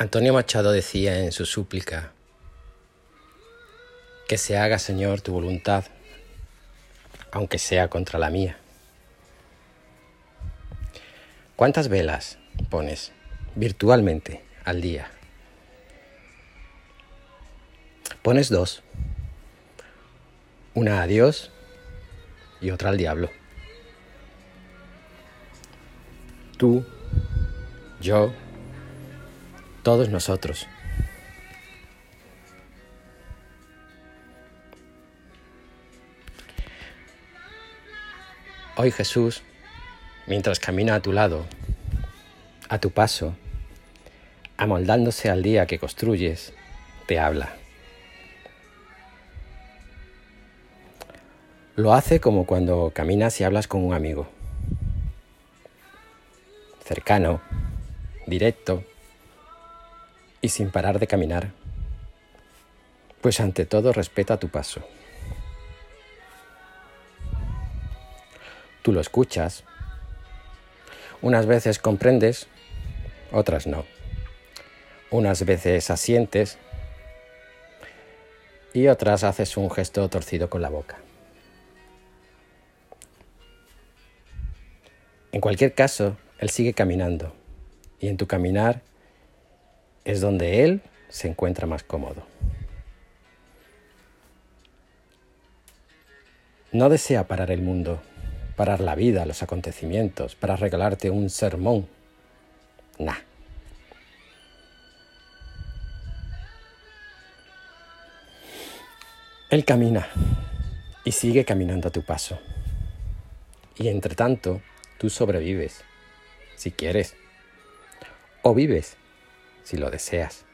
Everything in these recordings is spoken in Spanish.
Antonio Machado decía en su súplica: que se haga, Señor, tu voluntad, aunque sea contra la mía. ¿Cuántas velas pones virtualmente al día? Pones dos, una a Dios y otra al diablo. Tú, yo, todos nosotros. Hoy Jesús, mientras camina a tu lado, a tu paso, amoldándose al día que construyes, te habla. Lo hace como cuando caminas y hablas con un amigo. Cercano, directo y sin parar de caminar. Pues ante todo respeta tu paso. Tú lo escuchas. Unas veces comprendes, otras no. Unas veces asientes y otras haces un gesto torcido con la boca. En cualquier caso, él sigue caminando y en tu caminar es donde él se encuentra más cómodo. No desea parar el mundo, parar la vida, los acontecimientos, para regalarte un sermón. Nah. Él camina y sigue caminando a tu paso. Y entre tanto, tú sobrevives, si quieres, o vives, si lo deseas.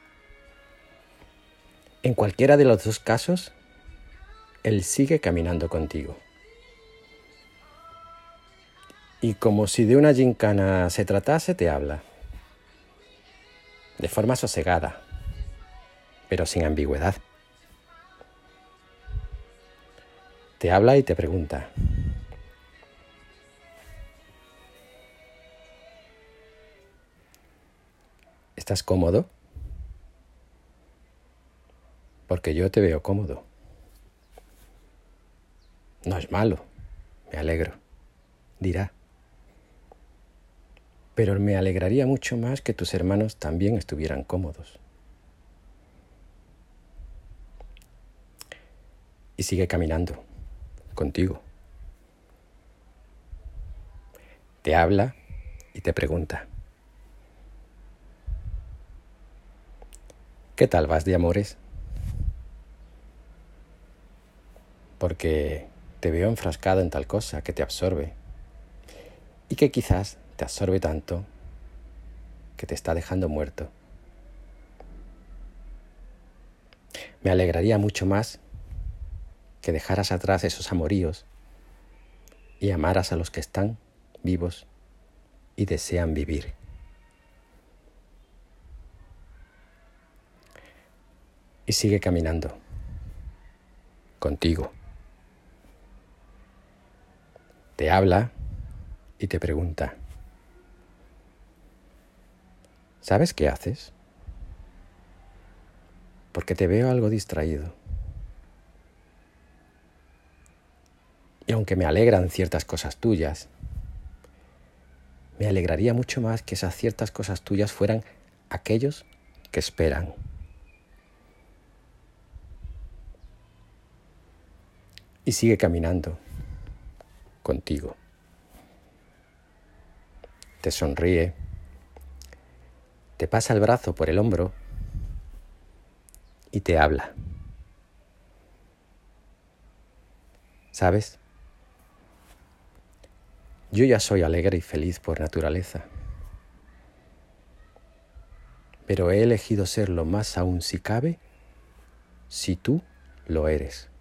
En cualquiera de los dos casos, él sigue caminando contigo. Y como si de una gincana se tratase, te habla. De forma sosegada, pero sin ambigüedad. Te habla y te pregunta: ¿estás cómodo? Porque yo te veo cómodo. No es malo, me alegro, dirá. Pero me alegraría mucho más que tus hermanos también estuvieran cómodos. Y sigue caminando, contigo. Te habla y te pregunta: ¿qué tal vas de amores? Porque te veo enfrascado en tal cosa que te absorbe y que quizás te absorbe tanto que te está dejando muerto. Me alegraría mucho más que dejaras atrás esos amoríos y amaras a los que están vivos y desean vivir. Y sigue caminando, contigo. Te habla y te pregunta: ¿sabes qué haces? Porque te veo algo distraído. Y aunque me alegran ciertas cosas tuyas, me alegraría mucho más que esas ciertas cosas tuyas fueran aquellos que esperan. Y sigue caminando contigo. Te sonríe, te pasa el brazo por el hombro y te habla. ¿Sabes? Yo ya soy alegre y feliz por naturaleza, pero he elegido serlo más aún si cabe, si tú lo eres.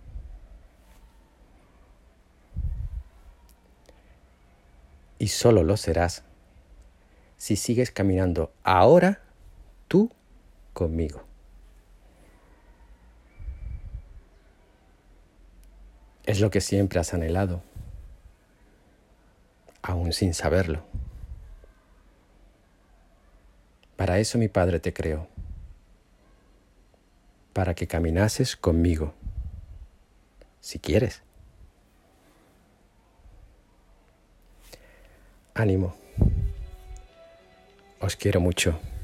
Y solo lo serás si sigues caminando ahora tú conmigo. Es lo que siempre has anhelado, aún sin saberlo. Para eso mi Padre te creó. para que caminases conmigo, si quieres. Ánimo. Os quiero mucho.